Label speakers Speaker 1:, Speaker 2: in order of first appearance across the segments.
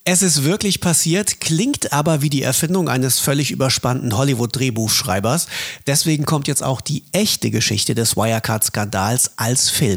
Speaker 1: Es ist wirklich passiert, klingt aber wie die Erfindung eines völlig überspannten Hollywood-Drehbuchschreibers. Deswegen kommt jetzt auch die echte Geschichte des Wirecard-Skandals als Film.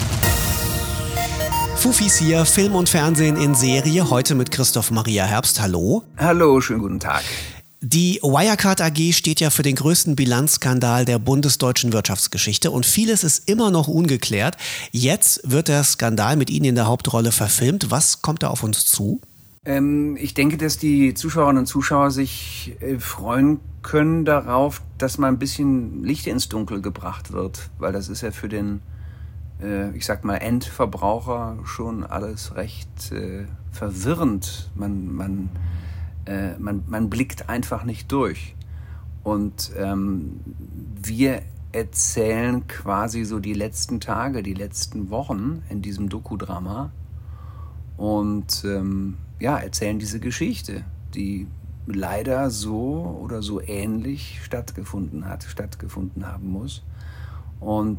Speaker 1: Fufis hier, Film und Fernsehen in Serie, heute mit Christoph Maria Herbst. Hallo.
Speaker 2: Hallo, schönen guten Tag.
Speaker 1: Die Wirecard AG steht ja für den größten Bilanzskandal der bundesdeutschen Wirtschaftsgeschichte und vieles ist immer noch ungeklärt. Jetzt wird der Skandal mit Ihnen in der Hauptrolle verfilmt. Was kommt da auf uns zu?
Speaker 2: Ich denke, dass die Zuschauerinnen und Zuschauer sich freuen können darauf, dass mal ein bisschen Licht ins Dunkel gebracht wird, weil das ist ja für den, ich sag mal, Endverbraucher schon alles recht verwirrend. Man blickt einfach nicht durch. Und wir erzählen quasi so die letzten Tage, die letzten Wochen in diesem Dokudrama und erzählen diese Geschichte, die leider so oder so ähnlich stattgefunden haben muss. Und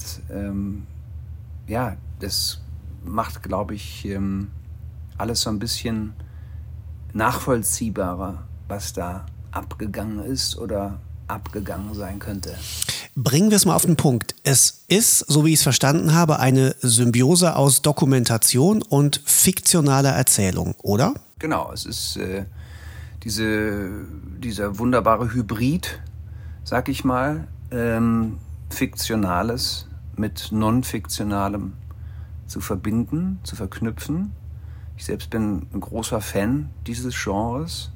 Speaker 2: das macht, glaube ich, alles so ein bisschen nachvollziehbarer, was da abgegangen ist oder abgegangen sein könnte.
Speaker 1: Bringen wir es mal auf den Punkt. Es ist, so wie ich es verstanden habe, eine Symbiose aus Dokumentation und fiktionaler Erzählung, oder?
Speaker 2: Genau, es ist dieser wunderbare Hybrid, sag ich mal, Fiktionales mit Non-Fiktionalem zu verbinden, zu verknüpfen. Ich selbst bin ein großer Fan dieses Genres.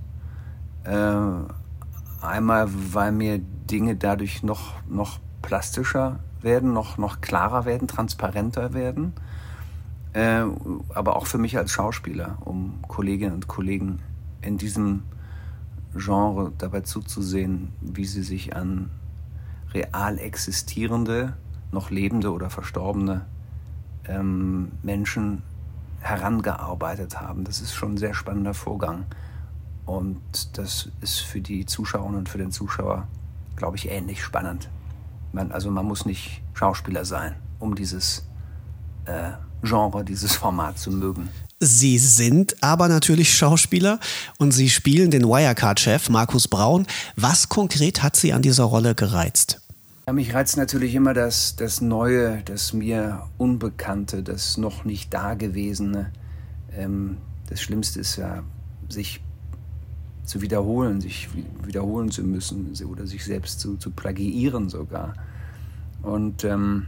Speaker 2: Einmal, weil mir Dinge dadurch noch plastischer werden, noch klarer werden, transparenter werden. Aber auch für mich als Schauspieler, um Kolleginnen und Kollegen in diesem Genre dabei zuzusehen, wie sie sich an real existierende, noch lebende oder verstorbene Menschen herangearbeitet haben. Das ist schon ein sehr spannender Vorgang. Und das ist für die Zuschauerinnen und für den Zuschauer, glaube ich, ähnlich spannend. Man muss nicht Schauspieler sein, um dieses Genre, dieses Format zu mögen.
Speaker 1: Sie sind aber natürlich Schauspieler und Sie spielen den Wirecard-Chef Markus Braun. Was konkret hat Sie an dieser Rolle gereizt?
Speaker 2: Ja, mich reizt natürlich immer das Neue, das mir Unbekannte, das noch nicht Dagewesene. Das Schlimmste ist ja, sich zu wiederholen, sich wiederholen zu müssen oder sich selbst zu plagiieren sogar. Und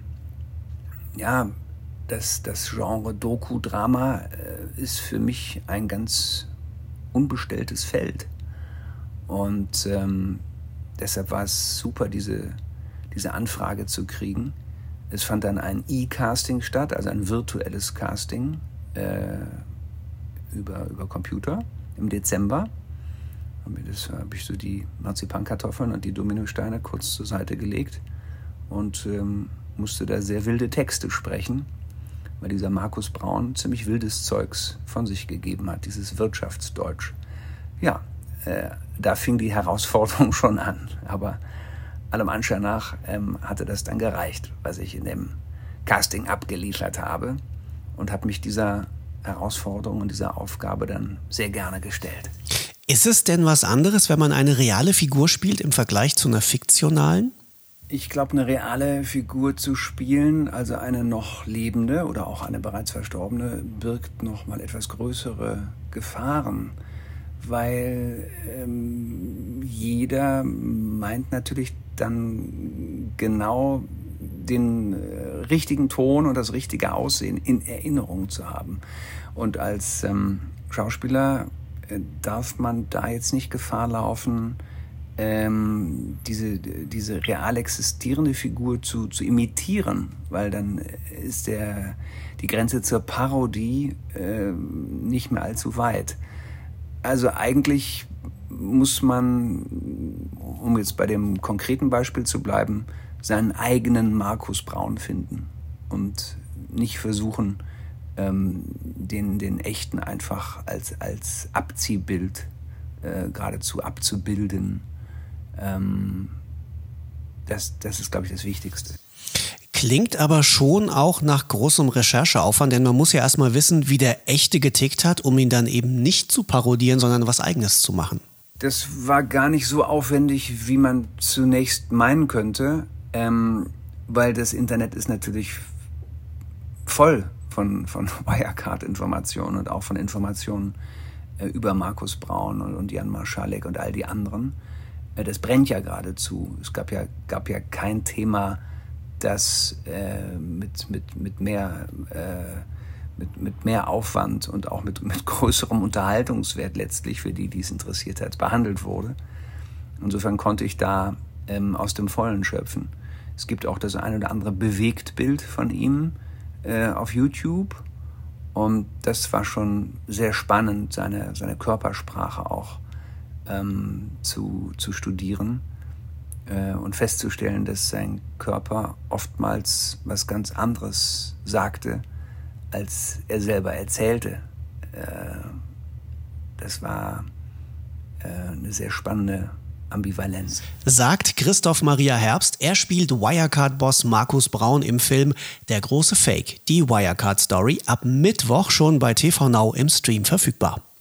Speaker 2: das Genre Doku-Drama ist für mich ein ganz unbestelltes Feld. Und deshalb war es super, diese Anfrage zu kriegen. Es fand dann ein E-Casting statt, also ein virtuelles Casting über Computer im Dezember. Habe ich so die Marzipankartoffeln und die Dominosteine kurz zur Seite gelegt und musste da sehr wilde Texte sprechen, weil dieser Markus Braun ziemlich wildes Zeugs von sich gegeben hat, dieses Wirtschaftsdeutsch. Ja, da fing die Herausforderung schon an, aber allem Anschein nach hatte das dann gereicht, was ich in dem Casting abgeliefert habe und habe mich dieser Herausforderung und dieser Aufgabe dann sehr gerne gestellt.
Speaker 1: Ist es denn was anderes, wenn man eine reale Figur spielt im Vergleich zu einer fiktionalen?
Speaker 2: Ich glaube, eine reale Figur zu spielen, also eine noch lebende oder auch eine bereits verstorbene, birgt noch mal etwas größere Gefahren, weil jeder meint natürlich dann genau den richtigen Ton und das richtige Aussehen in Erinnerung zu haben. Und als Schauspieler darf man da jetzt nicht Gefahr laufen, diese real existierende Figur zu imitieren, weil dann ist die Grenze zur Parodie nicht mehr allzu weit. Also eigentlich muss man, um jetzt bei dem konkreten Beispiel zu bleiben, seinen eigenen Markus Braun finden und nicht versuchen, den echten einfach als Abziehbild geradezu abzubilden. Das ist, glaube ich, das Wichtigste.
Speaker 1: Klingt aber schon auch nach großem Rechercheaufwand, denn man muss ja erstmal wissen, wie der Echte getickt hat, um ihn dann eben nicht zu parodieren, sondern was Eigenes zu machen.
Speaker 2: Das war gar nicht so aufwendig, wie man zunächst meinen könnte, weil das Internet ist natürlich voll von Wirecard-Informationen und auch von Informationen über Markus Braun und Jan Marschalek und all die anderen. Das brennt ja geradezu. Es gab ja kein Thema, das mit mehr Aufwand und auch mit größerem Unterhaltungswert letztlich für die es interessiert hat, behandelt wurde. Insofern konnte ich da aus dem Vollen schöpfen. Es gibt auch das ein oder andere Bewegtbild von ihm auf YouTube und das war schon sehr spannend, seine Körpersprache auch zu studieren und festzustellen, dass sein Körper oftmals was ganz anderes sagte, als er selber erzählte. Das war eine sehr spannende Ambivalenz.
Speaker 1: Sagt Christoph Maria Herbst. Er spielt Wirecard-Boss Markus Braun im Film Der große Fake, die Wirecard-Story, ab Mittwoch schon bei TV Now im Stream verfügbar.